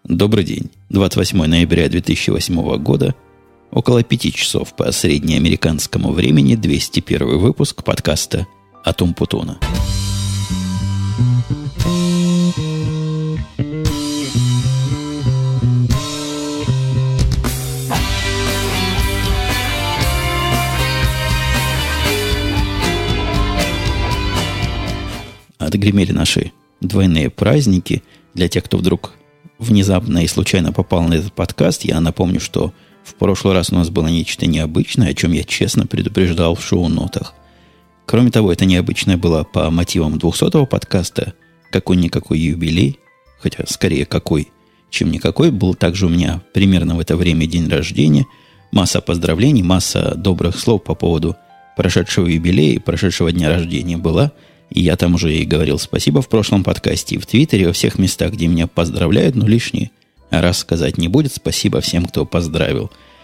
Добрый день. 28 ноября 2008 года, около 5 часов по среднеамериканскому времени, 201 выпуск подкаста «Атум Путуна». Отгремели наши двойные праздники. Для тех, кто вдруг внезапно и случайно попал на этот подкаст, я напомню, что в прошлый раз у нас было нечто необычное, о чем я честно предупреждал в шоу-нотах. Кроме того, это необычное было по мотивам 200-го подкаста, какой-никакой юбилей, хотя скорее какой, чем никакой. Был также у меня примерно в это время день рождения, масса поздравлений, масса добрых слов по поводу прошедшего юбилея и прошедшего дня рождения была. И я там уже и говорил спасибо в прошлом подкасте, и в Твиттере, и во всех местах, где меня поздравляют, но лишний раз сказать не будет. Спасибо всем, кто поздравил.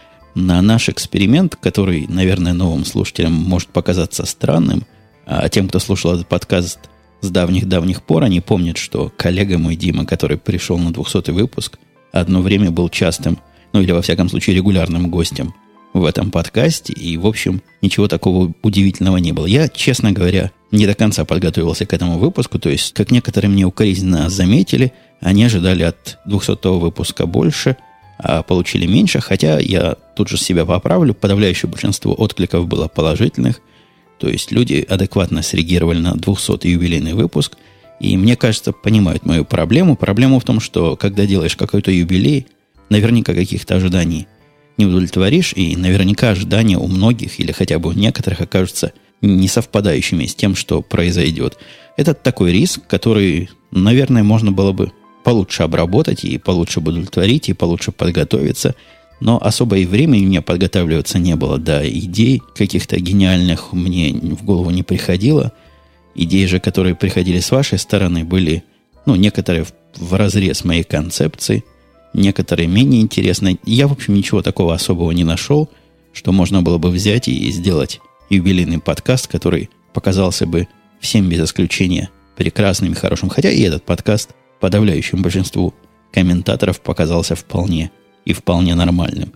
На наш эксперимент, который, наверное, новым слушателям может показаться странным, а тем, кто слушал этот подкаст с давних-давних пор, они помнят, что коллега мой Дима, который пришел на 200-й выпуск, одно время был частым, ну или во всяком случае регулярным гостем в этом подкасте, и, в общем, ничего такого удивительного не было. Я, честно говоря, не до конца подготовился к этому выпуску, то есть, как некоторые мне укоризненно заметили, они ожидали от 200-го выпуска больше, а получили меньше, хотя я тут же себя поправлю, подавляющее большинство откликов было положительных, то есть люди адекватно среагировали на 200-й юбилейный выпуск, и, мне кажется, понимают мою проблему. Проблема в том, что, когда делаешь какой-то юбилей, наверняка каких-то ожиданий не удовлетворишь, и наверняка ожидания у многих или хотя бы у некоторых окажутся не совпадающими с тем, что произойдет. Это такой риск, который, наверное, можно было бы получше обработать, и получше бы удовлетворить, и получше подготовиться. Но особо и времени мне подготавливаться не было. Да, идей каких-то гениальных мне в голову не приходило. Идеи же, которые приходили с вашей стороны, были, некоторые вразрез моей концепции, некоторые менее интересные. Я, в общем, ничего такого особого не нашел, что можно было бы взять и сделать юбилейный подкаст, который показался бы всем без исключения прекрасным и хорошим. Хотя и этот подкаст подавляющему большинству комментаторов показался вполне нормальным.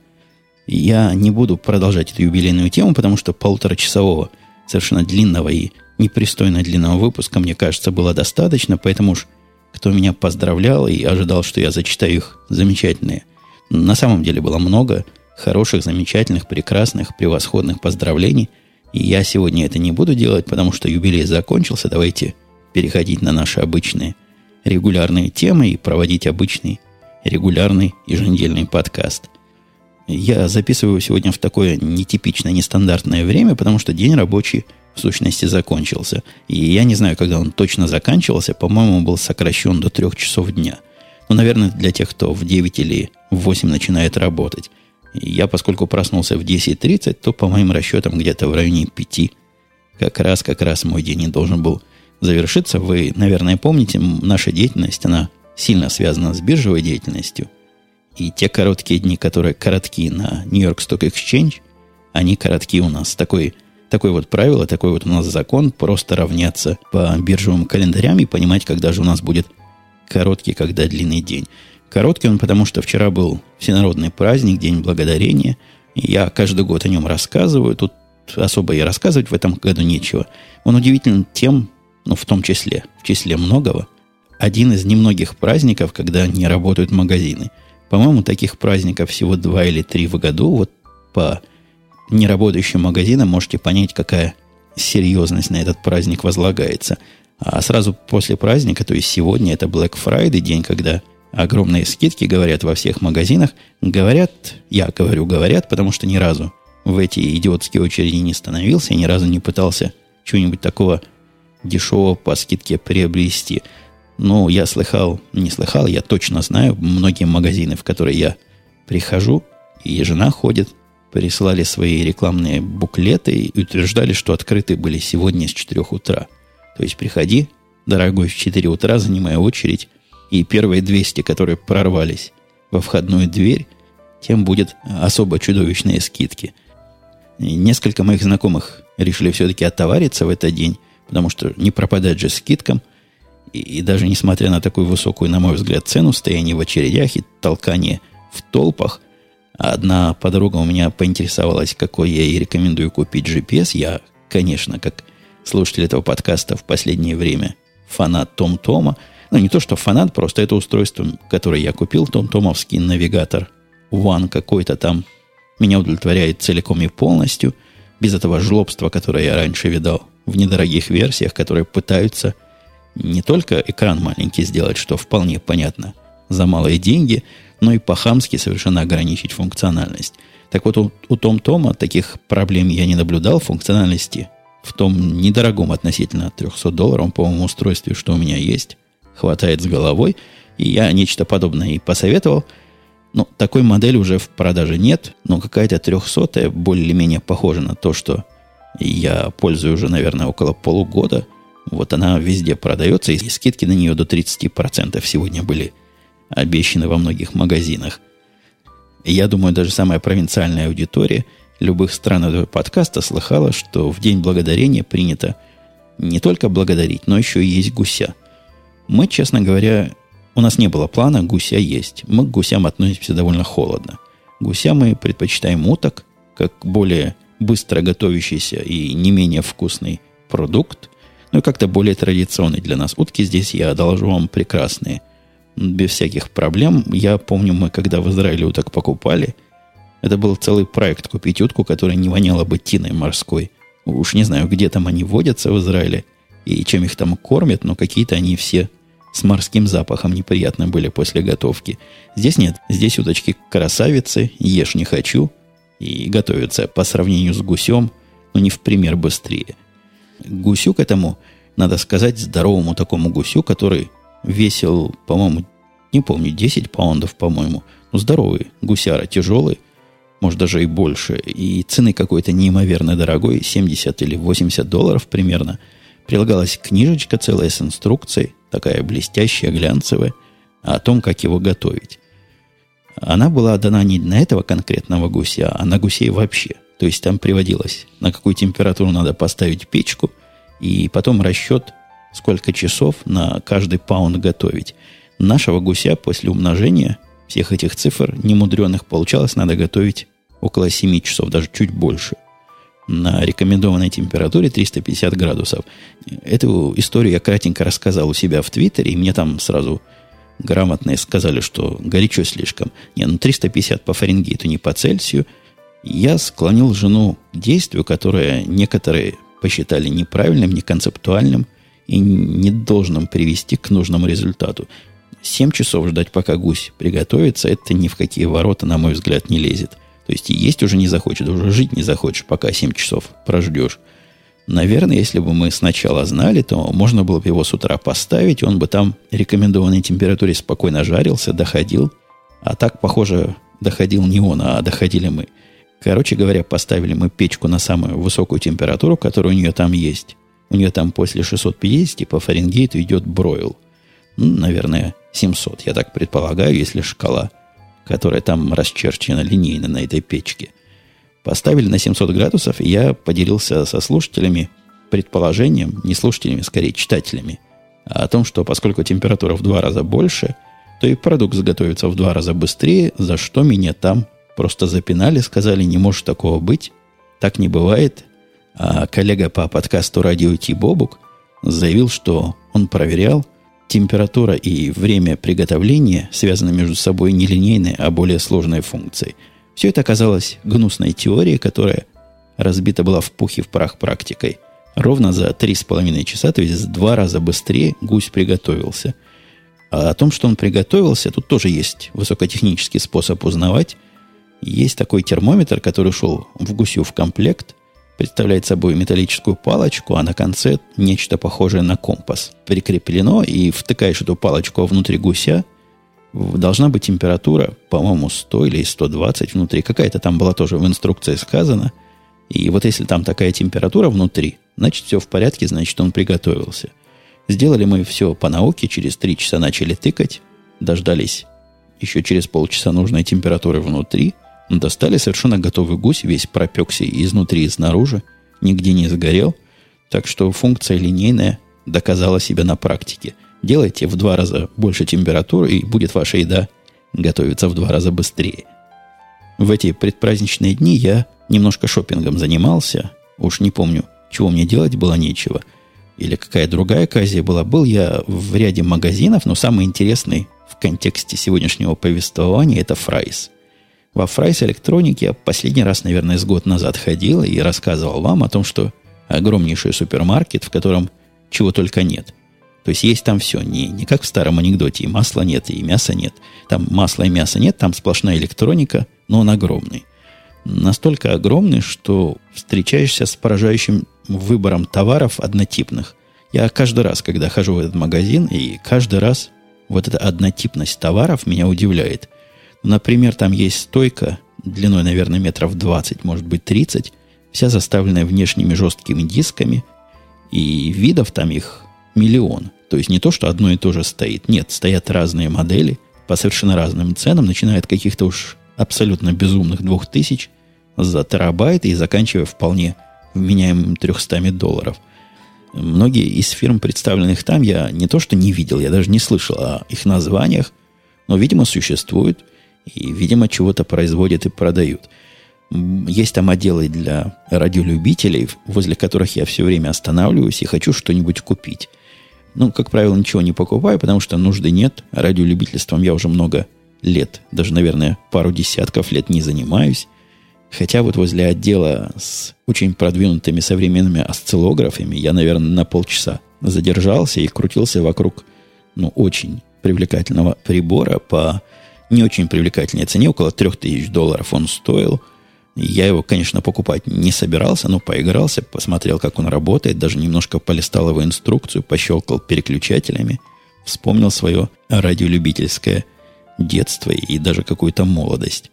Я не буду продолжать эту юбилейную тему, потому что полуторачасового, совершенно длинного и непристойно длинного выпуска, мне кажется, было достаточно, поэтому уж кто меня поздравлял и ожидал, что я зачитаю их замечательные. На самом деле было много хороших, замечательных, прекрасных, превосходных поздравлений. И я сегодня это не буду делать, потому что юбилей закончился. Давайте переходить на наши обычные регулярные темы и проводить обычный регулярный еженедельный подкаст. Я записываю сегодня в такое нетипичное, нестандартное время, потому что день рабочий в сущности закончился. И я не знаю, когда он точно заканчивался. По-моему, он был сокращен до 3 часов дня. Наверное, для тех, кто в 9 или в 8 начинает работать. Я, поскольку проснулся в 10:30, то, по моим расчетам, где-то в районе 5 как раз мой день и должен был завершиться. Вы, наверное, помните, наша деятельность, она сильно связана с биржевой деятельностью. И те короткие дни, которые коротки на Нью-Йорк Stock Exchange, они коротки у нас. Такое вот правило, такой вот у нас закон, просто равняться по биржевым календарям и понимать, когда же у нас будет короткий, когда длинный день. Короткий он, потому что вчера был всенародный праздник, День Благодарения. И я каждый год о нем рассказываю. Тут особо и рассказывать в этом году нечего. Он удивителен тем, в том числе, в числе многого, один из немногих праздников, когда не работают магазины. По-моему, таких праздников всего 2 или 3 в году. Вот по неработающим магазинам можете понять, какая серьезность на этот праздник возлагается. А сразу после праздника, то есть сегодня, это Black Friday, день, когда огромные скидки, говорят, во всех магазинах. Говорят, потому что ни разу в эти идиотские очереди не становился, и ни разу не пытался чего-нибудь такого дешевого по скидке приобрести. Я я точно знаю, многие магазины, в которые я прихожу, и жена ходит, прислали свои рекламные буклеты и утверждали, что открыты были сегодня с 4 утра. То есть приходи, дорогой, в 4 утра, занимая очередь, и первые 200, которые прорвались во входную дверь, тем будет особо чудовищные скидки. И несколько моих знакомых решили все-таки оттовариться в этот день, потому что не пропадать же скидкам. И даже несмотря на такую высокую, на мой взгляд, цену, стояние в очередях и толкание в толпах, одна подруга у меня поинтересовалась, какой я ей рекомендую купить GPS. Я, конечно, как слушатель этого подкаста в последнее время фанат Том-Тома. Ну, не то, что фанат, просто это устройство, которое я купил, Том-Томовский навигатор One какой-то там, меня удовлетворяет целиком и полностью, без этого жлобства, которое я раньше видал в недорогих версиях, которые пытаются не только экран маленький сделать, что вполне понятно, за малые деньги, но и по-хамски совершенно ограничить функциональность. Так вот, у Том-Тома таких проблем я не наблюдал. Функциональности в том недорогом относительно $300, по-моему, устройстве, что у меня есть, хватает с головой. И я нечто подобное и посоветовал. Но такой модели уже в продаже нет. Но какая-то 300-я более-менее похожа на то, что я пользую уже, наверное, около полугода. Вот она везде продается, и скидки на нее до 30% сегодня были обещаны во многих магазинах. Я думаю, даже самая провинциальная аудитория любых стран этого подкаста слыхала, что в День Благодарения принято не только благодарить, но еще и есть гуся. Мы, честно говоря, у нас не было плана гуся есть. Мы к гусям относимся довольно холодно. Гуся мы предпочитаем уток, как более быстро готовящийся и не менее вкусный продукт, ну и как-то более традиционный для нас. Утки здесь, я доложу вам, прекрасные. Без всяких проблем. Я помню, мы когда в Израиле уток покупали, это был целый проект купить утку, которая не воняла бы тиной морской. Уж не знаю, где там они водятся в Израиле и чем их там кормят, но какие-то они все с морским запахом неприятным были после готовки. Здесь нет. Здесь уточки красавицы, ешь не хочу, и готовятся по сравнению с гусем, но не в пример быстрее. Гусю к этому, надо сказать, здоровому такому гусю, который весил, по-моему, не помню, 10 паундов, по-моему. Ну, здоровый гусяра, тяжелый, может, даже и больше. И цены какой-то неимоверно дорогой, $70 или $80 примерно. Прилагалась книжечка целая с инструкцией, такая блестящая, глянцевая, о том, как его готовить. Она была дана не на этого конкретного гуся, а на гусей вообще. То есть там приводилось, на какую температуру надо поставить печку, и потом расчет, сколько часов на каждый паунд готовить. Нашего гуся после умножения всех этих цифр немудреных получалось, надо готовить около 7 часов, даже чуть больше. На рекомендованной температуре 350 градусов. Эту историю я кратенько рассказал у себя в Твиттере, и мне там сразу грамотные сказали, что горячо слишком. Не, 350 по Фаренгейту, не по Цельсию. Я склонил жену к действию, которое некоторые посчитали неправильным, неконцептуальным и не должным привести к нужному результату. 7 часов ждать, пока гусь приготовится, это ни в какие ворота, на мой взгляд, не лезет. То есть и есть уже не захочет, уже жить не захочешь, пока 7 часов прождешь. Наверное, если бы мы сначала знали, то можно было бы его с утра поставить, он бы там рекомендованной температуре спокойно жарился, доходил. А так, похоже, доходил не он, а доходили мы. Короче говоря, поставили мы печку на самую высокую температуру, которая у нее там есть. У нее там после 650 по Фаренгейту идет бройл. Ну, наверное, 700, я так предполагаю, если шкала, которая там расчерчена линейно на этой печке. Поставили на 700 градусов, и я поделился со слушателями предположением, не слушателями, скорее читателями, о том, что поскольку температура в 2 раза больше, то и продукт заготовится в 2 раза быстрее, за что меня там просто запинали, сказали, не может такого быть, так не бывает. А коллега по подкасту «Радио Ти» Бобук заявил, что он проверял, температура и время приготовления связаны между собой не линейной, а более сложной функцией. Все это оказалось гнусной теорией, которая разбита была в пух и в прах практикой. Ровно за 3,5 часа, то есть в 2 раза быстрее гусь приготовился. А о том, что он приготовился, тут тоже есть высокотехнический способ узнавать. Есть такой термометр, который шел в гусю в комплект, представляет собой металлическую палочку, а на конце нечто похожее на компас прикреплено, и втыкаешь эту палочку внутри гуся, должна быть температура, по-моему, 100 или 120 внутри. Какая-то там была тоже в инструкции сказана. И вот если там такая температура внутри, значит, все в порядке, значит, он приготовился. Сделали мы все по науке, через 3 часа начали тыкать, дождались еще через полчаса нужной температуры внутри, достали совершенно готовый гусь, весь пропекся изнутри и снаружи, нигде не сгорел. Так что функция линейная доказала себя на практике. Делайте в 2 раза больше температуры, и будет ваша еда готовиться в 2 раза быстрее. В эти предпраздничные дни я немножко шопингом занимался. Уж не помню, чего мне делать было нечего. Или какая другая оказия была. Был я в ряде магазинов, но самый интересный в контексте сегодняшнего повествования – это Фрайс. Во Фрайс Электроник я последний раз, наверное, с год назад ходил и рассказывал вам о том, что огромнейший супермаркет, в котором чего только нет. То есть там все, не как в старом анекдоте, и масла нет, и мяса нет. Там масла и мяса нет, там сплошная электроника, но он огромный. Настолько огромный, что встречаешься с поражающим выбором товаров однотипных. Я каждый раз, когда хожу в этот магазин, и каждый раз вот эта однотипность товаров меня удивляет. Например, там есть стойка длиной, наверное, метров 20, может быть, 30, вся заставленная внешними жесткими дисками, и видов там их миллион. То есть не то, что одно и то же стоит. Нет, стоят разные модели по совершенно разным ценам, начиная от каких-то уж абсолютно безумных 2000 за терабайт и заканчивая вполне вменяемым $300. Многие из фирм, представленных там, я не то что не видел, я даже не слышал о их названиях, но, видимо, существуют и, видимо, чего-то производят и продают. Есть там отделы для радиолюбителей, возле которых я все время останавливаюсь и хочу что-нибудь купить. Как правило, ничего не покупаю, потому что нужды нет. Радиолюбительством я уже много лет, даже, наверное, пару десятков лет не занимаюсь. Хотя вот возле отдела с очень продвинутыми современными осциллографами я, наверное, на полчаса задержался и крутился вокруг, очень привлекательного прибора по не очень привлекательной цене, около $3000 он стоил. Я его, конечно, покупать не собирался, но поигрался, посмотрел, как он работает, даже немножко полистал его инструкцию, пощелкал переключателями, вспомнил свое радиолюбительское детство и даже какую-то молодость.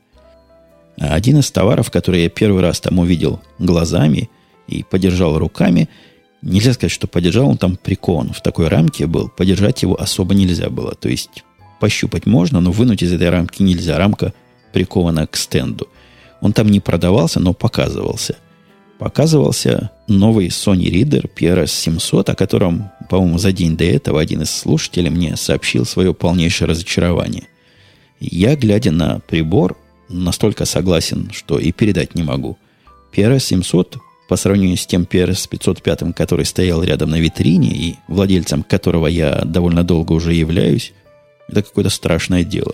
Один из товаров, который я первый раз там увидел глазами и подержал руками, нельзя сказать, что подержал, он там прикован в такой рамке был, подержать его особо нельзя было. То есть пощупать можно, но вынуть из этой рамки нельзя. Рамка прикована к стенду. Он там не продавался, но показывался. Показывался новый Sony Reader PRS-700, о котором, по-моему, за день до этого один из слушателей мне сообщил свое полнейшее разочарование. Я, глядя на прибор, настолько согласен, что и передать не могу. PRS-700, по сравнению с тем PRS-505, который стоял рядом на витрине, и владельцем которого я довольно долго уже являюсь, это какое-то страшное дело.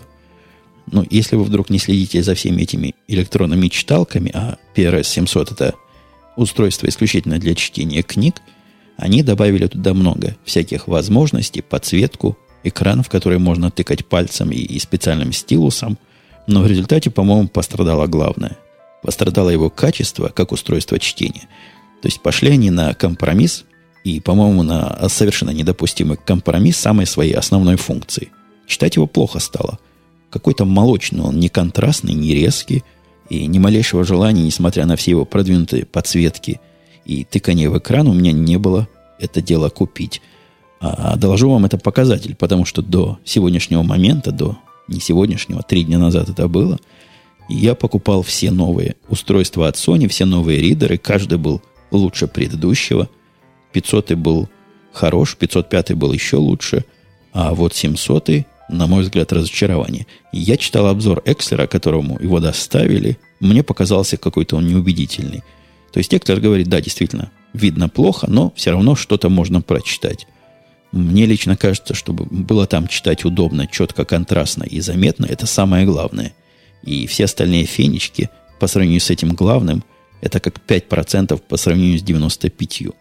Но если вы вдруг не следите за всеми этими электронными читалками, а PRS-700 это устройство исключительно для чтения книг, они добавили туда много всяких возможностей, подсветку, экран, в который можно тыкать пальцем и специальным стилусом. Но в результате, по-моему, пострадало главное. Пострадало его качество, как устройство чтения. То есть пошли они на компромисс, и, по-моему, на совершенно недопустимый компромисс самой своей основной функции. Читать его плохо стало. Какой-то молочный он, не контрастный, не резкий, и ни малейшего желания, несмотря на все его продвинутые подсветки и тыкание в экран, у меня не было это дело купить. А доложу вам это показатель, потому что до сегодняшнего момента, не сегодняшнего, 3 дня назад это было, я покупал все новые устройства от Sony, все новые ридеры, каждый был лучше предыдущего. 500 был хорош, 505 был еще лучше, а вот 700, на мой взгляд, разочарование. Я читал обзор Экслера, которому его доставили, мне показался какой-то он неубедительный. То есть Экслер говорит, да, действительно, видно плохо, но все равно что-то можно прочитать. Мне лично кажется, чтобы было там читать удобно, четко, контрастно и заметно, это самое главное. И все остальные фенечки по сравнению с этим главным, это как 5% по сравнению с 95%.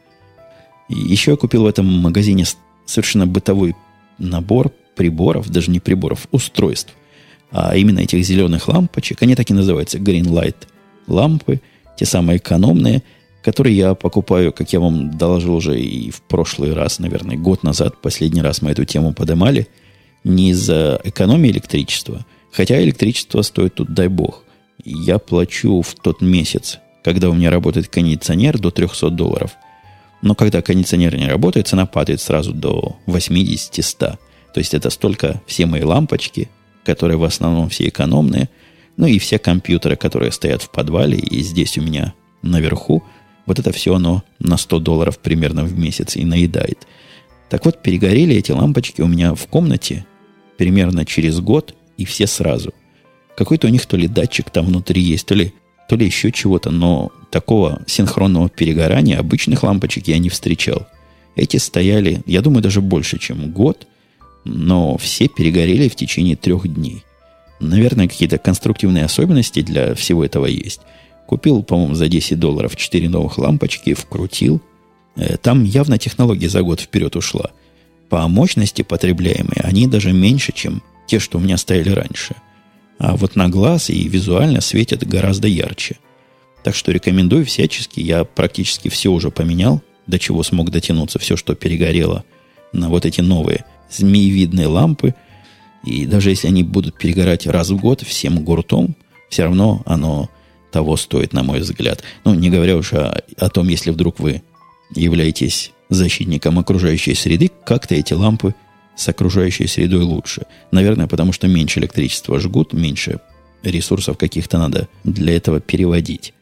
И еще я купил в этом магазине совершенно бытовой набор приборов, даже не приборов, устройств. А именно этих зеленых лампочек, они так и называются, Green Light лампы, те самые экономные, которые я покупаю, как я вам доложил уже и в прошлый раз, наверное, год назад, последний раз мы эту тему поднимали, не из-за экономии электричества, хотя электричество стоит тут, дай бог. Я плачу в тот месяц, когда у меня работает кондиционер, до $300. Но когда кондиционер не работает, цена падает сразу до 80-100. То есть это столько все мои лампочки, которые в основном все экономные, ну и все компьютеры, которые стоят в подвале и здесь у меня наверху, вот это все оно на $100 примерно в месяц и наедает. Так вот, перегорели эти лампочки у меня в комнате примерно через год, и все сразу. Какой-то у них то ли датчик там внутри есть, то ли еще чего-то, но такого синхронного перегорания обычных лампочек я не встречал. Эти стояли, я думаю, даже больше, чем год, но все перегорели в течение 3 дней. Наверное, какие-то конструктивные особенности для всего этого есть. Купил, по-моему, за $10 4 новых лампочки, вкрутил. Там явно технология за год вперед ушла. По мощности потребляемые они даже меньше, чем те, что у меня стояли раньше. А вот на глаз и визуально светят гораздо ярче. Так что рекомендую всячески. Я практически все уже поменял, до чего смог дотянуться, все, что перегорело, на вот эти новые змеевидные лампы. И даже если они будут перегорать раз в год всем гуртом, все равно оно того стоит, на мой взгляд. Ну, не говоря уж о том, если вдруг вы являетесь защитником окружающей среды, как-то эти лампы с окружающей средой лучше. Наверное, потому что меньше электричества жгут, меньше ресурсов каких-то надо для этого переводить.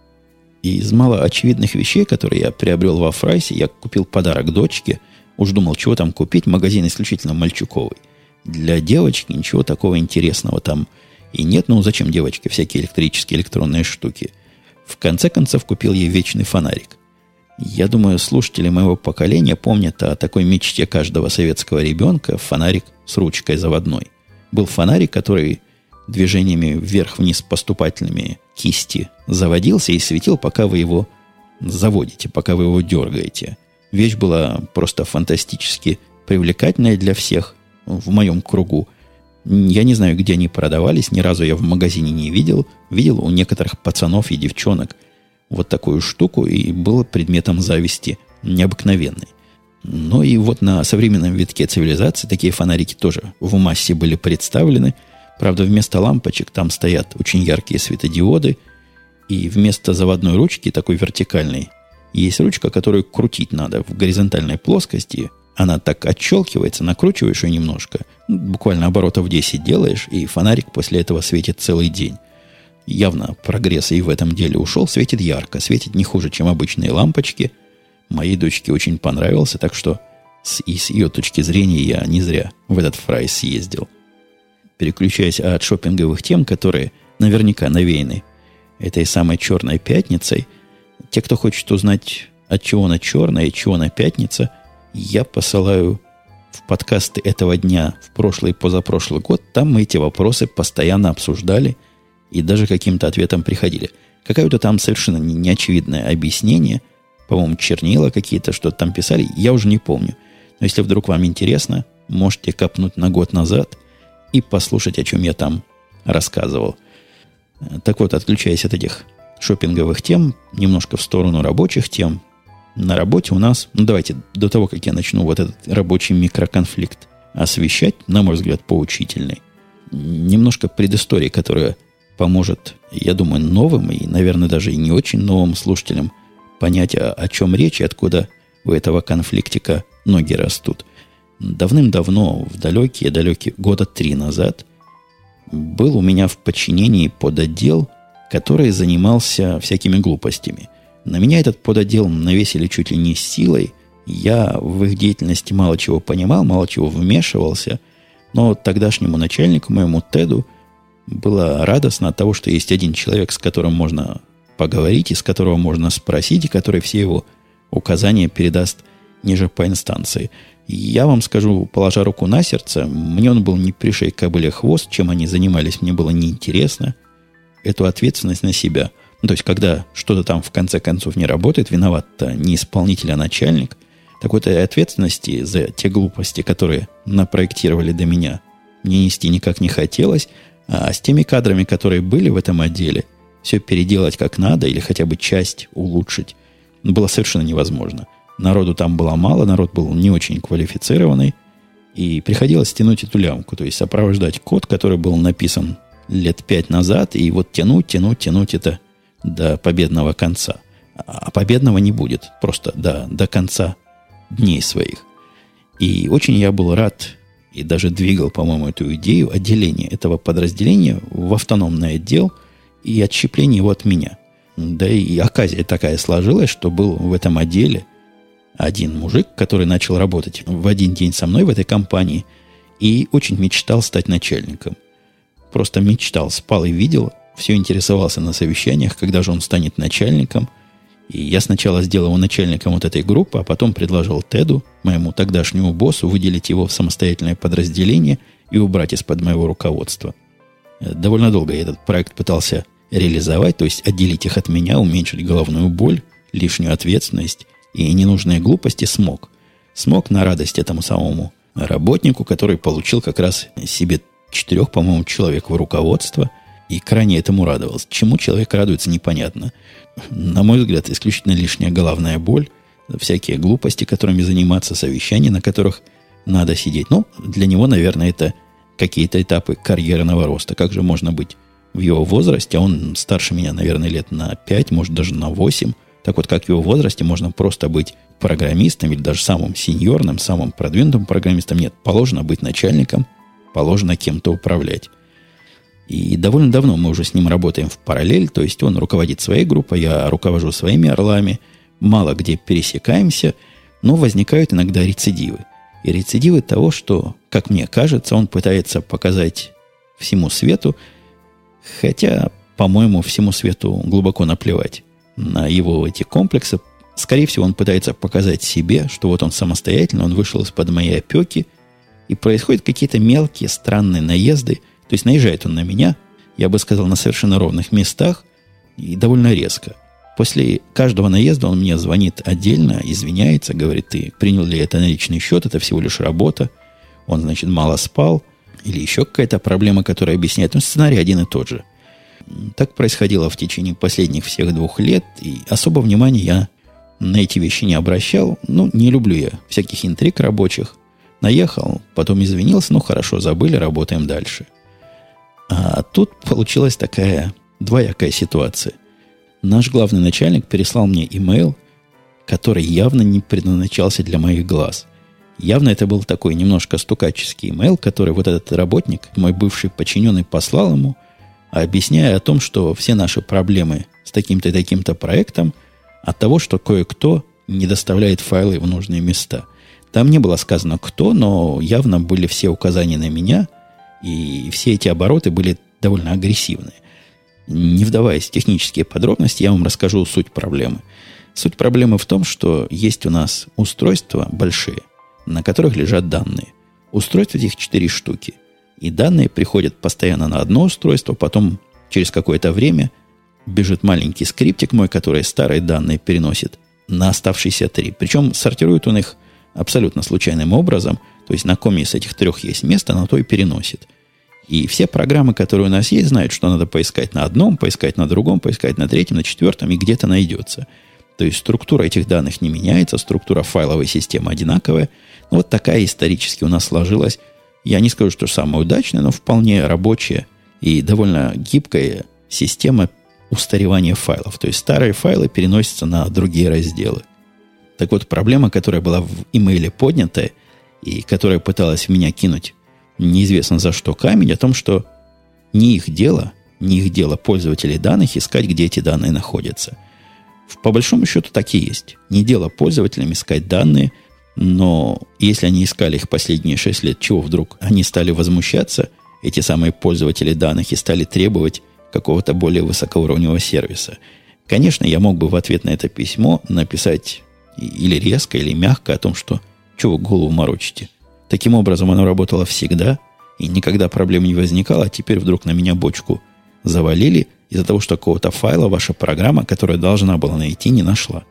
И из малоочевидных вещей, которые я приобрел во Фрайсе, я купил подарок дочке. Уж думал, чего там купить. Магазин исключительно мальчуковый. Для девочки ничего такого интересного там и нет. Ну, зачем девочке всякие электрические, электронные штуки? В конце концов, купил ей вечный фонарик. Я думаю, слушатели моего поколения помнят о такой мечте каждого советского ребенка – фонарик с ручкой заводной. Был фонарик, который движениями вверх-вниз поступательными кисти заводился и светил, пока вы его заводите, пока вы его дергаете. Вещь была просто фантастически привлекательная для всех в моем кругу. Я не знаю, где они продавались, ни разу я в магазине не видел. Видел у некоторых пацанов и девчонок вот такую штуку, и было предметом зависти необыкновенной. Ну и вот на современном витке цивилизации такие фонарики тоже в массе были представлены. Правда, вместо лампочек там стоят очень яркие светодиоды, и вместо заводной ручки, такой вертикальной, есть ручка, которую крутить надо в горизонтальной плоскости. Она так отщелкивается, накручиваешь ее немножко, буквально оборотов 10 делаешь, и фонарик после этого светит целый день. Явно прогресс и в этом деле ушел, светит ярко, светит не хуже, чем обычные лампочки. Моей дочке очень понравился, так что с ее точки зрения я не зря в этот Фрайс съездил. Переключаясь от шопинговых тем, которые наверняка навеяны этой самой черной пятницей, те, кто хочет узнать, от чего она черная и чего она пятница, я посылаю в подкасты этого дня в прошлый и позапрошлый год. Там мы эти вопросы постоянно обсуждали и даже каким-то ответом приходили. Какое-то там совершенно неочевидное объяснение. По-моему, чернила какие-то, что-то там писали. Я уже не помню. Но если вдруг вам интересно, можете копнуть на год назад и послушать, о чем я там рассказывал. Так вот, отключаясь от этих шопинговых тем, немножко в сторону рабочих тем. На работе у нас, давайте, до того, как я начну вот этот рабочий микроконфликт освещать, на мой взгляд, поучительный, немножко предыстории, которая поможет, я думаю, новым и, наверное, даже и не очень новым слушателям понять, о чем речь и откуда у этого конфликтика ноги растут. Давным-давно, в далекие-далекие года 3 назад, был у меня в подчинении подотдел, который занимался всякими глупостями. На меня этот подотдел навесили чуть ли не с силой. Я в их деятельности мало чего понимал, мало чего вмешивался. Но тогдашнему начальнику, моему Теду, было радостно от того, что есть один человек, с которым можно поговорить, и с которого можно спросить, и который все его указания передаст ниже по инстанции. Я вам скажу, положа руку на сердце, мне он был не пришей кобыле хвост, чем они занимались, мне было неинтересно. Эту ответственность на себя. То есть, когда что-то там в конце концов не работает, виноват-то не исполнитель, а начальник. Так вот, этой ответственности за те глупости, которые напроектировали до меня, мне нести никак не хотелось. А с теми кадрами, которые были в этом отделе, все переделать как надо или хотя бы часть улучшить было совершенно невозможно. Народу там было мало, народ был не очень квалифицированный, и приходилось тянуть эту лямку, то есть сопровождать код, который был написан лет 5 назад, и вот тянуть это до победного конца. А победного не будет, просто до конца дней своих. И очень я был рад и даже двигал, по-моему, эту идею отделения этого подразделения в автономный отдел и отщепления его от меня. Да и оказия такая сложилась, что был в этом отделе один мужик, который начал работать в один день со мной в этой компании и очень мечтал стать начальником. Просто мечтал, спал и видел, все интересовался на совещаниях, когда же он станет начальником. И я сначала сделал его начальником вот этой группы, а потом предложил Теду, моему тогдашнему боссу, выделить его в самостоятельное подразделение и убрать из-под моего руководства. Довольно долго я этот проект пытался реализовать, то есть отделить их от меня, уменьшить головную боль, лишнюю ответственность и ненужные глупости смог. Смог на радость этому самому работнику, который получил как раз себе 4, по-моему, человек в руководство и крайне этому радовался. Чему человек радуется, непонятно. На мой взгляд, исключительно лишняя головная боль, всякие глупости, которыми заниматься, совещания, на которых надо сидеть. Ну, для него, наверное, это какие-то этапы карьерного роста. Как же можно быть в его возрасте, а он старше меня, наверное, лет на 5, может, даже на 8. Так вот, как в его возрасте можно просто быть программистом или даже самым сеньорным, самым продвинутым программистом. Нет, положено быть начальником, положено кем-то управлять. И довольно давно мы уже с ним работаем в параллель, то есть он руководит своей группой, я руковожу своими орлами, мало где пересекаемся, но возникают иногда рецидивы. И рецидивы того, что, как мне кажется, он пытается показать всему свету, хотя, по-моему, всему свету глубоко наплевать на его эти комплексы. Скорее всего, он пытается показать себе, что вот он самостоятельно, он вышел из-под моей опеки, и происходят какие-то мелкие, странные наезды. То есть наезжает он на меня, я бы сказал, на совершенно ровных местах и довольно резко. После каждого наезда он мне звонит отдельно, извиняется, говорит, ты принял ли это на личный счет, это всего лишь работа. Он, значит, мало спал или еще какая-то проблема, которая объясняет. Но сценарий один и тот же. Так происходило в течение последних всех 2 лет, и особо внимания я на эти вещи не обращал. Ну, не люблю я всяких интриг рабочих. Наехал, потом извинился, ну хорошо, забыли, работаем дальше. А тут получилась такая двоякая ситуация. Наш главный начальник переслал мне имейл, который явно не предназначался для моих глаз. Явно это был такой немножко стукаческий имейл, который вот этот работник, мой бывший подчиненный, послал ему, объясняя о том, что все наши проблемы с таким-то и таким-то проектом от того, что кое-кто не доставляет файлы в нужные места. Там не было сказано кто, но явно были все указания на меня, и все эти обороты были довольно агрессивные. Не вдаваясь в технические подробности, я вам расскажу суть проблемы. Суть проблемы в том, что есть у нас устройства большие, на которых лежат данные. Устройств этих 4 штуки. И данные приходят постоянно на одно устройство, потом через какое-то время бежит маленький скриптик мой, который старые данные переносит на оставшиеся 3. Причем сортирует он их абсолютно случайным образом. То есть на коме из этих 3 есть место, на то и переносит. И все программы, которые у нас есть, знают, что надо поискать на одном, поискать на другом, поискать на 3, на 4, и где-то найдется. То есть структура этих данных не меняется, структура файловой системы одинаковая. Но вот такая исторически у нас сложилась. Я не скажу, что самая удачная, но вполне рабочая и довольно гибкая система устаревания файлов. То есть старые файлы переносятся на другие разделы. Так вот, проблема, которая была в имейле поднятая и которая пыталась в меня кинуть неизвестно за что камень, о том, что не их дело пользователей данных искать, где эти данные находятся. По большому счету так и есть. Не дело пользователям искать данные, но если они искали их последние 6 лет, чего вдруг они стали возмущаться, эти самые пользователи данных, и стали требовать какого-то более высокоуровневого сервиса. Конечно, я мог бы в ответ на это письмо написать или резко, или мягко о том, что чего вы голову морочите. Таким образом, оно работало всегда, и никогда проблем не возникало, а теперь вдруг на меня бочку завалили из-за того, что какого-то файла ваша программа, которая должна была найти, не нашла.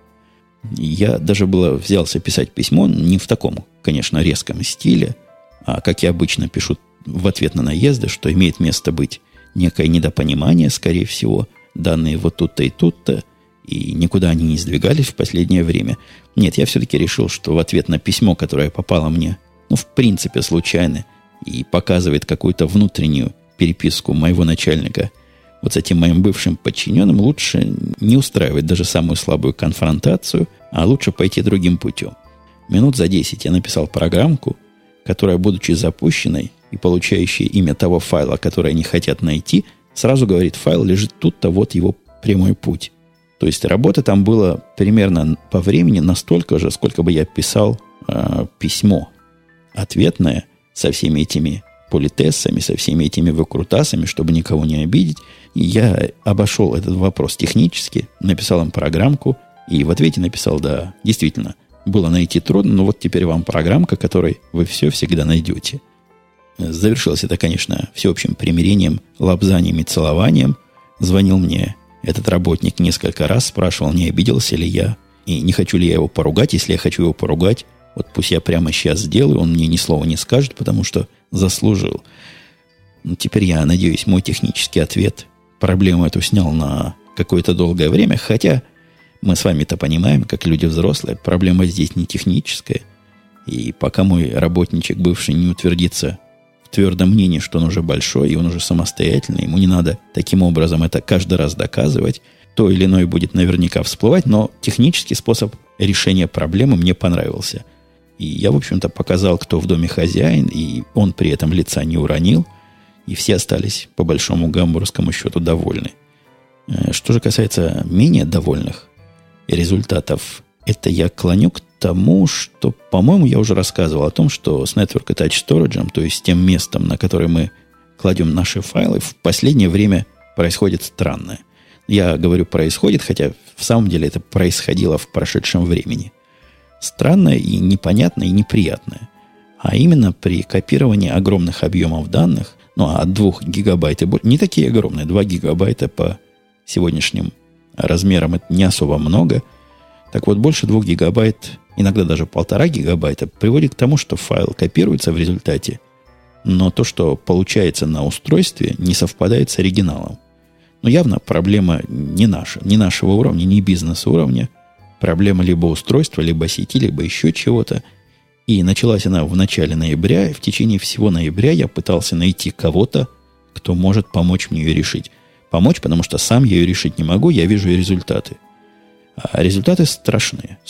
Я даже было взялся писать письмо не в таком, конечно, резком стиле, а как я обычно пишу в ответ на наезды, что имеет место быть некое недопонимание, скорее всего, данные вот тут-то и тут-то, и никуда они не сдвигались в последнее время. Нет, я все-таки решил, что в ответ на письмо, которое попало мне, в принципе, случайно, и показывает какую-то внутреннюю переписку моего начальника вот с этим моим бывшим подчиненным, лучше не устраивать даже самую слабую конфронтацию, а лучше пойти другим путем. Минут за 10 я написал программку, которая, будучи запущенной и получающей имя того файла, который они хотят найти, сразу говорит, файл лежит тут-то, вот его прямой путь. То есть работа там была примерно по времени настолько же, сколько бы я писал письмо ответное со всеми этими политессами, со всеми этими выкрутасами, чтобы никого не обидеть. И я обошел этот вопрос технически, написал им программку, и в ответе написал, да, действительно, было найти трудно, но вот теперь вам программка, которой вы все всегда найдете. Завершилось это, конечно, всеобщим примирением, лапзанием и целованием. Звонил мне этот работник несколько раз, спрашивал, не обиделся ли я, и не хочу ли я его поругать. Если я хочу его поругать, вот пусть я прямо сейчас сделаю, он мне ни слова не скажет, потому что заслужил. Ну, теперь я надеюсь, мой технический ответ проблему эту снял на какое-то долгое время, хотя мы с вами-то понимаем, как люди взрослые, проблема здесь не техническая. И пока мой работничек бывший не утвердится в твердом мнении, что он уже большой, и он уже самостоятельный, ему не надо таким образом это каждый раз доказывать, то или иное будет наверняка всплывать, но технический способ решения проблемы мне понравился. И я, в общем-то, показал, кто в доме хозяин, и он при этом лица не уронил, и все остались, по большому гамбургскому счету, довольны. Что же касается менее довольных результатов, это я клоню к тому, что, по-моему, я уже рассказывал о том, что с Network Attached Storage, то есть тем местом, на которое мы кладем наши файлы, в последнее время происходит странное. Я говорю «происходит», хотя в самом деле это происходило в прошедшем времени. Странное и непонятное и неприятное. А именно при копировании огромных объемов данных, ну, от 2 гигабайт и больше, не такие огромные, 2 гигабайта по сегодняшним размерам это не особо много. Так вот, больше 2 гигабайт, иногда даже 1,5 гигабайта, приводит к тому, что файл копируется в результате, но то, что получается на устройстве, не совпадает с оригиналом. Но явно проблема не наша, не нашего уровня, не бизнес-уровня. Проблема либо устройства, либо сети, либо еще чего-то. И началась она в начале ноября. И в течение всего ноября я пытался найти кого-то, кто может помочь мне ее решить. Помочь, потому что сам я ее решить не могу, я вижу результаты. А результаты страшные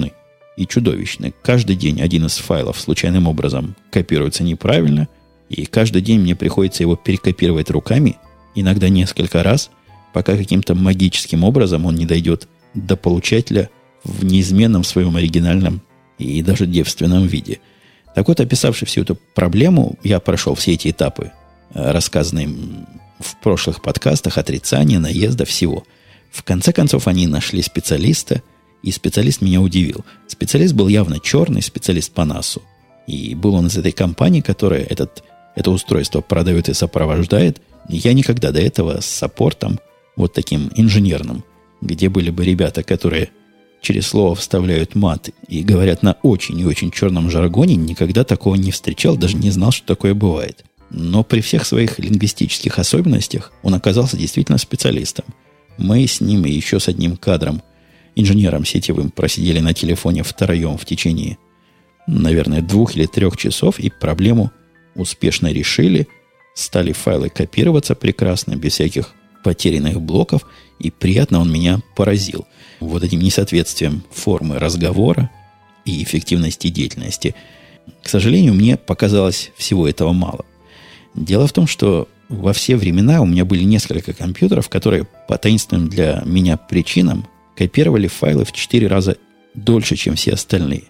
и чудовищные. Каждый день один из файлов случайным образом копируется неправильно, и каждый день мне приходится его перекопировать руками, иногда несколько раз, пока каким-то магическим образом он не дойдет до получателя в неизменном своем оригинальном и даже девственном виде. Так вот, описавши всю эту проблему, я прошел все эти этапы, рассказанные в прошлых подкастах, отрицания, наезда, всего. В конце концов, они нашли специалиста, и специалист меня удивил. Специалист был явно черный, специалист по НАСУ. И был он из этой компании, которая это устройство продает и сопровождает. Я никогда до этого с саппортом, вот таким инженерным, где были бы ребята, которые через слово вставляют мат и говорят на очень и очень черном жаргоне, никогда такого не встречал, даже не знал, что такое бывает. Но при всех своих лингвистических особенностях он оказался действительно специалистом. Мы с ним и еще с одним кадром, инженером сетевым, просидели на телефоне втроем в течение, наверное, 2 или 3 часов, и проблему успешно решили. Стали файлы копироваться прекрасно, без всяких потерянных блоков, и приятно он меня поразил вот этим несоответствием формы разговора и эффективности деятельности. К сожалению, мне показалось всего этого мало. Дело в том, что во все времена у меня были несколько компьютеров, которые по таинственным для меня причинам копировали файлы в 4 раза дольше, чем все остальные.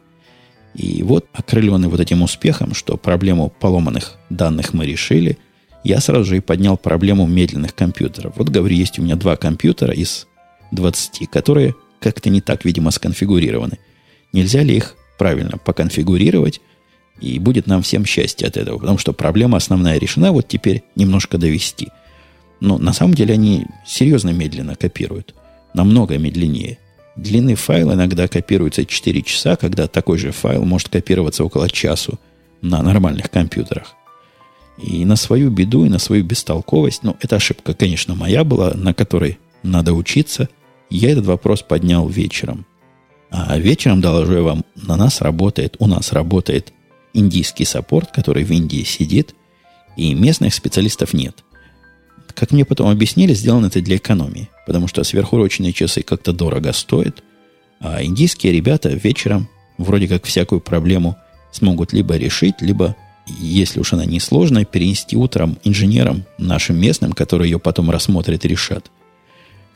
И вот, окрыленный вот этим успехом, что проблему поломанных данных мы решили, я сразу же и поднял проблему медленных компьютеров. Вот, говорю, есть у меня 2 компьютера из 20, которые как-то не так, видимо, сконфигурированы. Нельзя ли их правильно поконфигурировать, и будет нам всем счастье от этого, потому что проблема основная решена, вот теперь немножко довести. Но на самом деле они серьезно медленно копируют, намного медленнее. Длинный файл иногда копируется 4 часа, когда такой же файл может копироваться около часу на нормальных компьютерах. И на свою беду, и на свою бестолковость, ну, эта ошибка, конечно, моя была, на которой надо учиться, я этот вопрос поднял вечером. А вечером, доложу я вам, у нас работает индийский саппорт, который в Индии сидит, и местных специалистов нет. Как мне потом объяснили, сделано это для экономии, потому что сверхурочные часы как-то дорого стоят, а индийские ребята вечером вроде как всякую проблему смогут либо решить, либо, если уж она не сложная, перенести утром инженерам, нашим местным, которые ее потом рассмотрят и решат.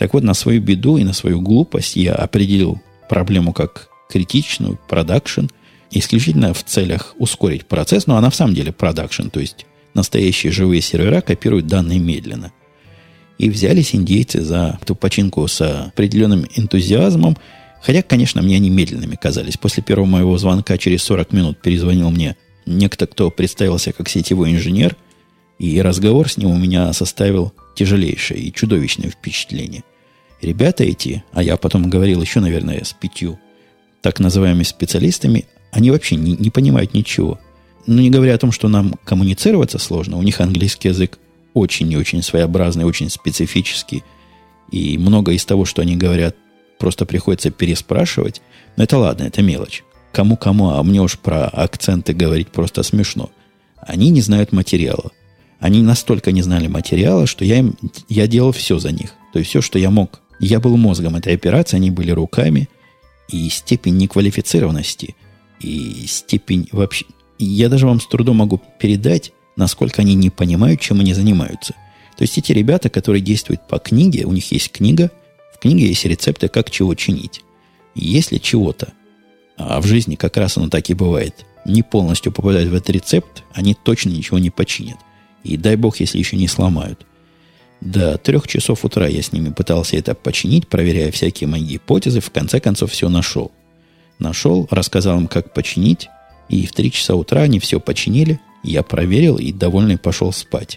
Так вот, на свою беду и на свою глупость я определил проблему как критичную, продакшн, исключительно в целях ускорить процесс, но она в самом деле продакшн, то есть настоящие живые сервера копируют данные медленно. И взялись индейцы за эту починку с определенным энтузиазмом, хотя, конечно, мне они медленными казались. После первого моего звонка через 40 минут перезвонил мне некто, кто представился как сетевой инженер, и разговор с ним у меня составил тяжелейшее и чудовищное впечатление. Ребята эти, а я потом говорил еще, наверное, с 5 так называемыми специалистами, они вообще не понимают ничего. Ну, не говоря о том, что нам коммуницироваться сложно, у них английский язык очень и очень своеобразный, очень специфический, и много из того, что они говорят, просто приходится переспрашивать. Но это ладно, это мелочь. Кому-кому, а мне уж про акценты говорить просто смешно. Они не знают материала. Они настолько не знали материала, что я делал все за них. То есть все, что я мог. Я был мозгом этой операции, они были руками. И степень неквалифицированности, и степень вообще... Я даже вам с трудом могу передать, насколько они не понимают, чем они занимаются. То есть эти ребята, которые действуют по книге, у них есть книга, в книге есть рецепты, как чего чинить. И если чего-то, а в жизни как раз оно так и бывает, не полностью попадают в этот рецепт, они точно ничего не починят. И дай бог, если еще не сломают. До 3 часов утра я с ними пытался это починить, проверяя всякие мои гипотезы. В конце концов, все нашел. Нашел, рассказал им, как починить. И в 3 часа утра они все починили. Я проверил и, довольный, пошел спать.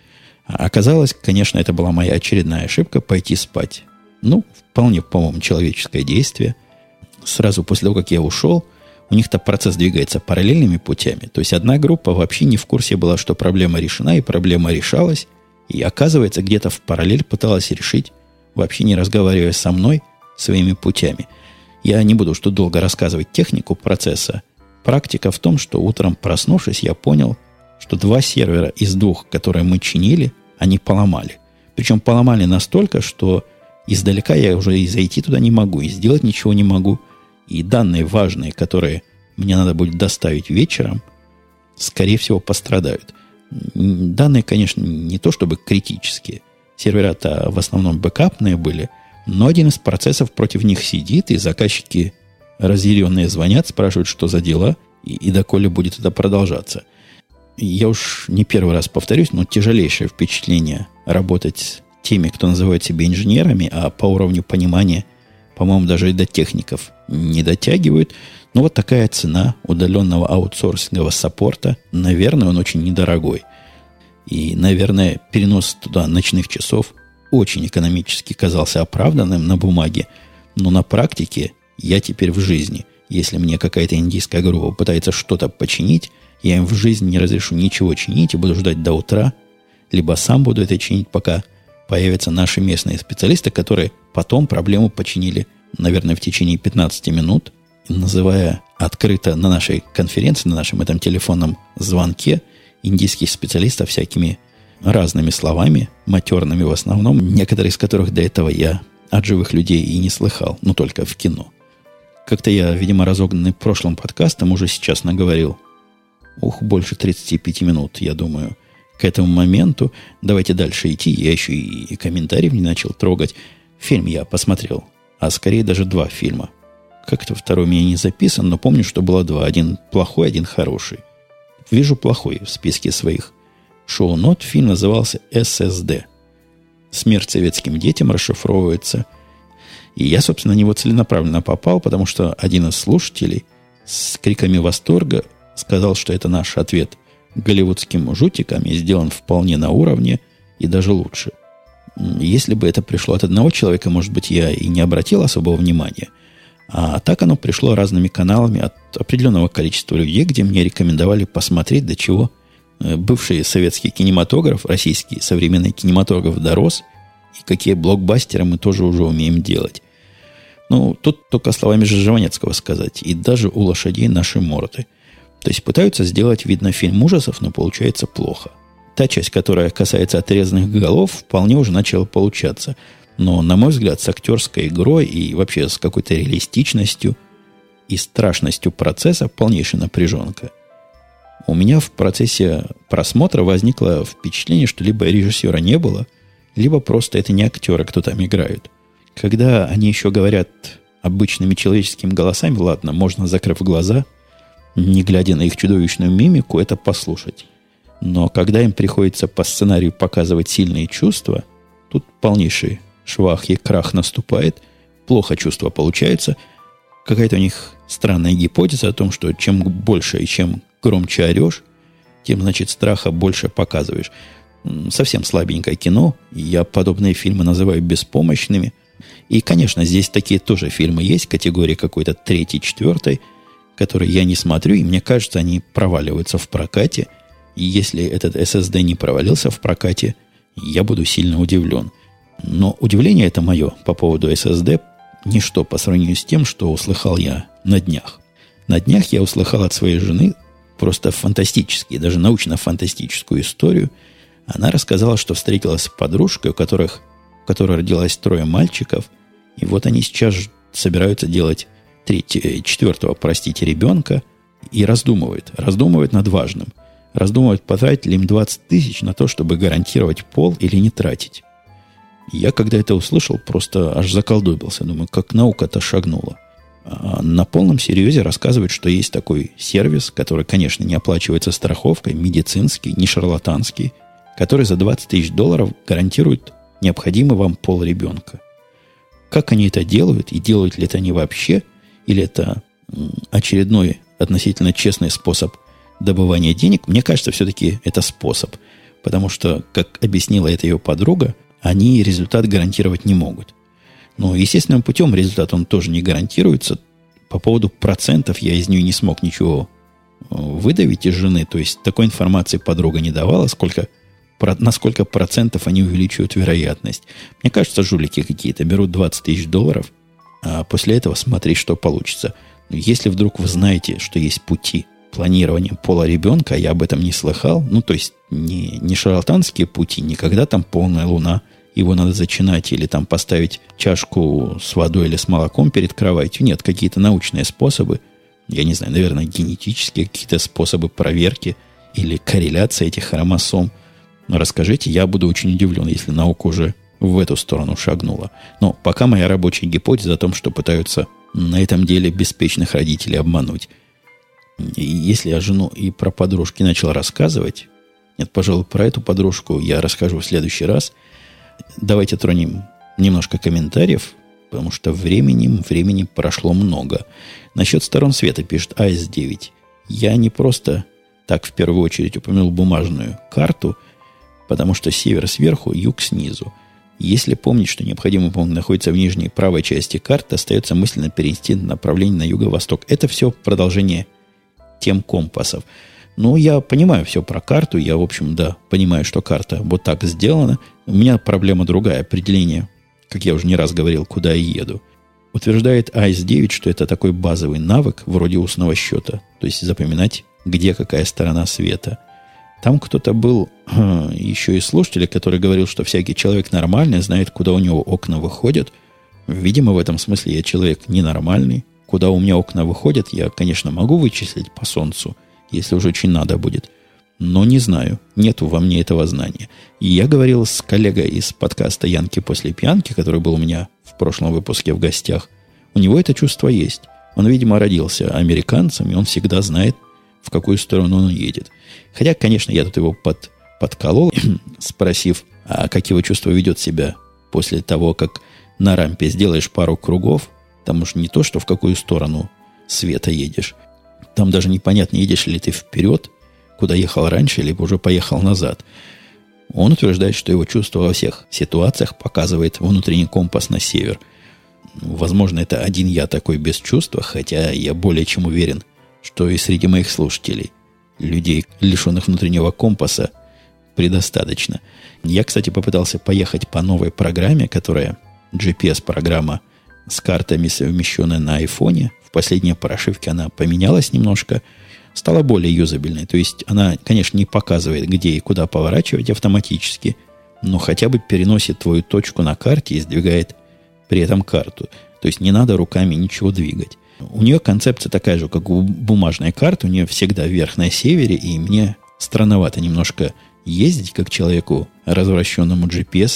А оказалось, конечно, это была моя очередная ошибка – пойти спать. Ну, вполне, по-моему, человеческое действие. Сразу после того, как я ушел, у них-то процесс двигается параллельными путями. То есть одна группа вообще не в курсе была, что проблема решена, и проблема решалась. И, оказывается, где-то в параллель пыталась решить, вообще не разговаривая со мной, своими путями. Я не буду что долго рассказывать технику процесса. Практика в том, что утром проснувшись, я понял, что 2 сервера из 2, которые мы чинили, они поломали. Причем поломали настолько, что издалека я уже и зайти туда не могу, и сделать ничего не могу. И данные важные, которые мне надо будет доставить вечером, скорее всего, пострадают. Данные, конечно, не то чтобы критические. Сервера-то в основном бэкапные были, но один из процессов против них сидит, и заказчики разъяренные звонят, спрашивают, что за дела, и доколе будет это продолжаться. Я уж не первый раз повторюсь, но тяжелейшее впечатление работать с теми, кто называет себя инженерами, а по уровню понимания, по-моему, даже и до техников не дотягивают. Но вот такая цена удаленного аутсорсингового саппорта. Наверное, он очень недорогой. И, наверное, перенос туда ночных часов очень экономически казался оправданным на бумаге. Но на практике я теперь в жизни, если мне какая-то индийская группа пытается что-то починить, я им в жизни не разрешу ничего чинить и буду ждать до утра. Либо сам буду это чинить, пока появятся наши местные специалисты, которые потом проблему починили, наверное, в течение 15 минут, называя открыто на нашей конференции, на нашем этом телефонном звонке индийских специалистов всякими разными словами, матерными в основном, некоторые из которых до этого я от живых людей и не слыхал, но только в кино. Как-то я, видимо, разогнанный прошлым подкастом, уже сейчас наговорил, больше 35 минут, я думаю, к этому моменту. Давайте дальше идти. Я еще и комментариев не начал трогать. Фильм я посмотрел, а скорее даже 2 фильма. Как-то второй у меня не записан, но помню, что было 2. Один плохой, один хороший. Вижу плохой в списке своих шоу-нот. Фильм назывался «ССД». «Смерть советским детям» расшифровывается. И я, собственно, на него целенаправленно попал, потому что один из слушателей с криками восторга сказал, что это наш ответ голливудским жутикам и сделан вполне на уровне и даже лучше. Если бы это пришло от одного человека, может быть, я и не обратил особого внимания. А так оно пришло разными каналами от определенного количества людей, где мне рекомендовали посмотреть, до чего бывший советский кинематограф, российский современный кинематограф дорос, и какие блокбастеры мы тоже уже умеем делать. Ну, тут только словами Жванецкого сказать. И даже у лошадей наши морды. То есть пытаются сделать, видно, фильм ужасов, но получается плохо. Та часть, которая касается отрезанных голов, вполне уже начала получаться. Но, на мой взгляд, с актерской игрой и вообще с какой-то реалистичностью и страшностью процесса полнейшая напряженка. У меня в процессе просмотра возникло впечатление, что либо режиссера не было, либо просто это не актеры, кто там играют. Когда они еще говорят обычными человеческими голосами, ладно, можно, закрыв глаза, не глядя на их чудовищную мимику, это послушать. Но когда им приходится по сценарию показывать сильные чувства, тут полнейший швах и крах наступает, плохо чувства получаются. Какая-то у них странная гипотеза о том, что чем больше и чем громче орешь, тем, значит, страха больше показываешь. Совсем слабенькое кино. Я подобные фильмы называю беспомощными. И, конечно, здесь такие тоже фильмы есть, категории какой-то 3-й, 4-й, которые я не смотрю, и мне кажется, они проваливаются в прокате. И если этот SSD не провалился в прокате, я буду сильно удивлен. Но удивление это мое по поводу SSD ничто по сравнению с тем, что услыхал я на днях. На днях я услыхал от своей жены просто фантастическую, даже научно-фантастическую историю. Она рассказала, что встретилась с подружкой, у которой родилось 3 мальчиков, и вот они сейчас собираются делать 4-го, ребенка, и раздумывают над важным. Раздумывают, потратить ли им 20 тысяч на то, чтобы гарантировать пол или не тратить. Я, когда это услышал, просто аж заколдобился. Думаю, как наука-то шагнула. А на полном серьезе рассказывают, что есть такой сервис, который, конечно, не оплачивается страховкой, медицинский, не шарлатанский, который за 20 тысяч долларов гарантирует необходимый вам пол ребенка. Как они это делают, и делают ли это они вообще, или это очередной относительно честный способ добывания денег, мне кажется, все-таки это способ. Потому что, как объяснила это ее подруга, они результат гарантировать не могут. Но естественным путем результат он тоже не гарантируется. По поводу процентов я из нее не смог ничего выдавить из жены. То есть такой информации подруга не давала, на сколько процентов они увеличивают вероятность. Мне кажется, жулики какие-то берут 20 тысяч долларов, а после этого смотри, что получится. Если вдруг вы знаете, что есть пути планирования пола ребенка, я об этом не слыхал, то есть не шарлатанские пути, никогда там полная луна, его надо зачинать или там поставить чашку с водой или с молоком перед кроватью. Нет, какие-то научные способы, я не знаю, наверное, генетические какие-то способы проверки или корреляции этих хромосом. Но расскажите, я буду очень удивлен, если наука уже в эту сторону шагнула. Но пока моя рабочая гипотеза о том, что пытаются на этом деле беспечных родителей обмануть. И если я жену и про подружки начал рассказывать, нет, пожалуй, про эту подружку я расскажу в следующий раз. Давайте тронем немножко комментариев, потому что времени прошло много. Насчет сторон света пишет АС9. Я не просто так в первую очередь упомянул бумажную карту, потому что север сверху, юг снизу. Если помнить, что необходимый пункт находится в нижней правой части карты, остается мысленно перенести направление на юго-восток. Это все продолжение тем компасов. Но я понимаю все про карту. Я, в общем, понимаю, что карта вот так сделана. У меня проблема другая. Определение, как я уже не раз говорил, куда я еду. Утверждает АС9, что это такой базовый навык, вроде устного счета. То есть запоминать, где какая сторона света. Там кто-то был, еще и слушатель, который говорил, что всякий человек нормальный знает, куда у него окна выходят. Видимо, в этом смысле я человек ненормальный. Куда у меня окна выходят, я, конечно, могу вычислить по солнцу, если уже очень надо будет. Но не знаю, нету во мне этого знания. И я говорил с коллегой из подкаста «Янки после пьянки», который был у меня в прошлом выпуске в гостях. У него это чувство есть. Он, видимо, родился американцем, и он всегда знает, в какую сторону он едет. Хотя, конечно, я тут его подколол, спросив, а как его чувство ведет себя после того, как на рампе сделаешь пару кругов. Там уж не то, что в какую сторону света едешь. Там даже непонятно, едешь ли ты вперед, куда ехал раньше, либо уже поехал назад. Он утверждает, что его чувство во всех ситуациях показывает внутренний компас на север. Возможно, это один я такой без чувства, хотя я более чем уверен, что и среди моих слушателей людей, лишенных внутреннего компаса, предостаточно. Я, кстати, попытался поехать по новой программе, которая GPS-программа с картами, совмещенная на айфоне. В последней прошивке она поменялась немножко, стала более юзабельной. То есть она, конечно, не показывает, где и куда поворачивать автоматически, но хотя бы переносит твою точку на карте и сдвигает при этом карту. То есть не надо руками ничего двигать. У нее концепция такая же, как у бумажной карты. У нее всегда вверх на севере, и мне странновато немножко ездить, как человеку, развращенному GPS-ами,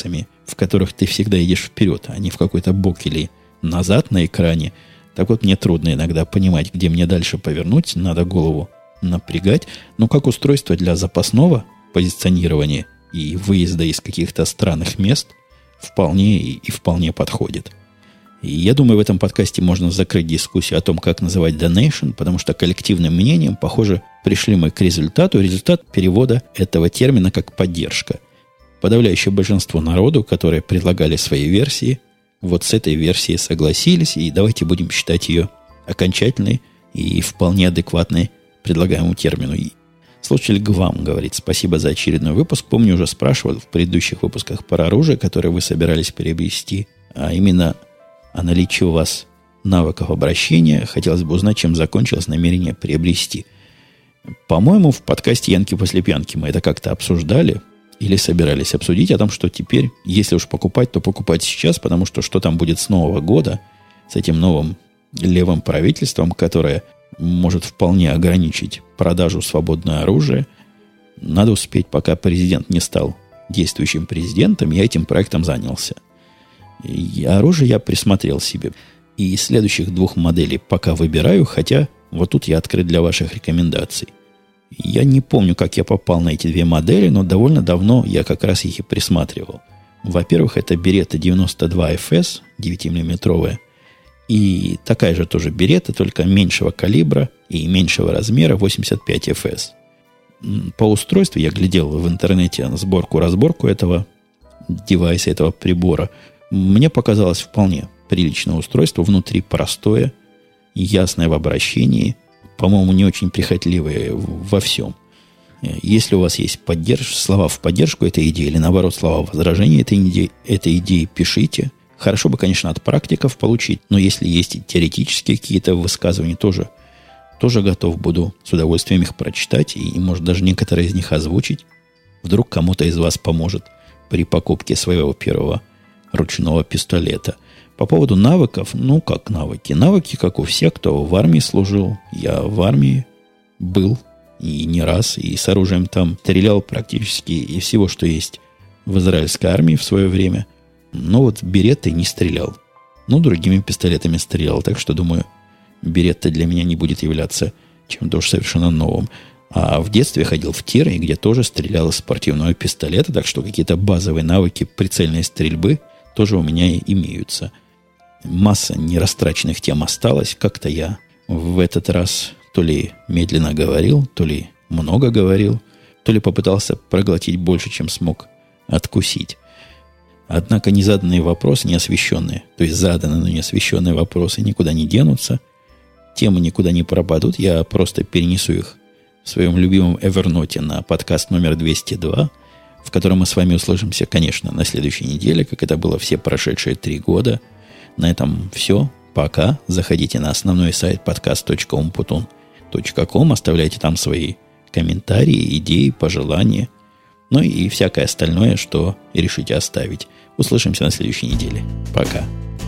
в которых ты всегда идешь вперед, а не в какой-то бок или назад на экране. Так вот, мне трудно иногда понимать, где мне дальше повернуть, надо голову напрягать. Но как устройство для запасного позиционирования и выезда из каких-то странных мест вполне и вполне подходит. И я думаю, в этом подкасте можно закрыть дискуссию о том, как называть donation, потому что коллективным мнением, похоже, пришли мы к результату. Результат перевода этого термина как поддержка. Подавляющее большинство народу, которые предлагали свои версии, вот с этой версией согласились, и давайте будем считать ее окончательной и вполне адекватной предлагаемому термину. И слушатель Гвам говорит: спасибо за очередной выпуск. Помню, уже спрашивал в предыдущих выпусках про оружие, которое вы собирались приобрести, а именно о наличии у вас навыков обращения. Хотелось бы узнать, чем закончилось намерение приобрести. По-моему, в подкасте «Янки после пьянки» мы это как-то обсуждали или собирались обсудить о том, что теперь, если уж покупать, то покупать сейчас, потому что там будет с Нового года, с этим новым левым правительством, которое может вполне ограничить продажу свободного оружия. Надо успеть, пока президент не стал действующим президентом. Я этим проектом занялся. И оружие я присмотрел себе. И из следующих двух моделей пока выбираю, хотя вот тут я открыт для ваших рекомендаций. Я не помню, как я попал на эти две модели, но довольно давно я как раз их и присматривал. Во-первых, это Beretta 92 FS 9-мм. И такая же тоже Beretta, только меньшего калибра и меньшего размера 85 FS. По устройству я глядел в интернете сборку-разборку этого девайса, этого прибора. Мне показалось вполне приличное устройство. Внутри простое, ясное в обращении. По-моему, не очень прихотливое во всем. Если у вас есть слова в поддержку этой идеи, или наоборот, слова в возражении этой идеи, пишите. Хорошо бы, конечно, от практиков получить, но если есть и теоретические какие-то высказывания, тоже готов буду с удовольствием их прочитать и, может, даже некоторые из них озвучить. Вдруг кому-то из вас поможет при покупке своего первого ручного пистолета. По поводу навыков, как навыки? Навыки, как у всех, кто в армии служил. Я в армии был и не раз, и с оружием там стрелял практически из всего, что есть в израильской армии в свое время. Но вот Береттой не стрелял. Другими пистолетами стрелял. Так что, думаю, Беретта для меня не будет являться чем-то уж совершенно новым. А в детстве ходил в тир, где тоже стрелял из спортивного пистолета. Так что какие-то базовые навыки прицельной стрельбы тоже у меня и имеются. Масса нерастраченных тем осталась. Как-то я в этот раз то ли медленно говорил, то ли много говорил, то ли попытался проглотить больше, чем смог откусить. Однако незаданные вопросы, не освещенные, то есть заданные, но не освещенные вопросы никуда не денутся, темы никуда не пропадут, я просто перенесу их в своем любимом Evernote на подкаст номер 202, в котором мы с вами услышимся, конечно, на следующей неделе, как это было все прошедшие 3 года. На этом все. Пока. Заходите на основной сайт podcast.umputun.com, оставляйте там свои комментарии, идеи, пожелания, и всякое остальное, что решите оставить. Услышимся на следующей неделе. Пока.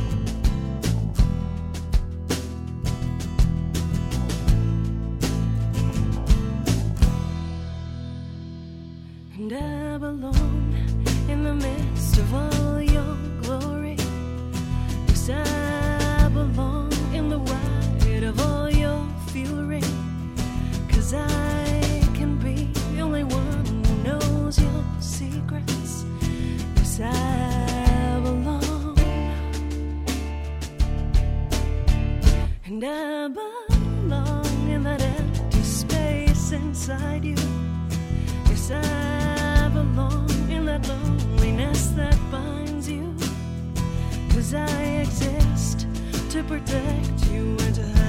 And I belong in that empty space inside you. Yes, I belong in that loneliness that binds you. 'Cause I exist to protect you and to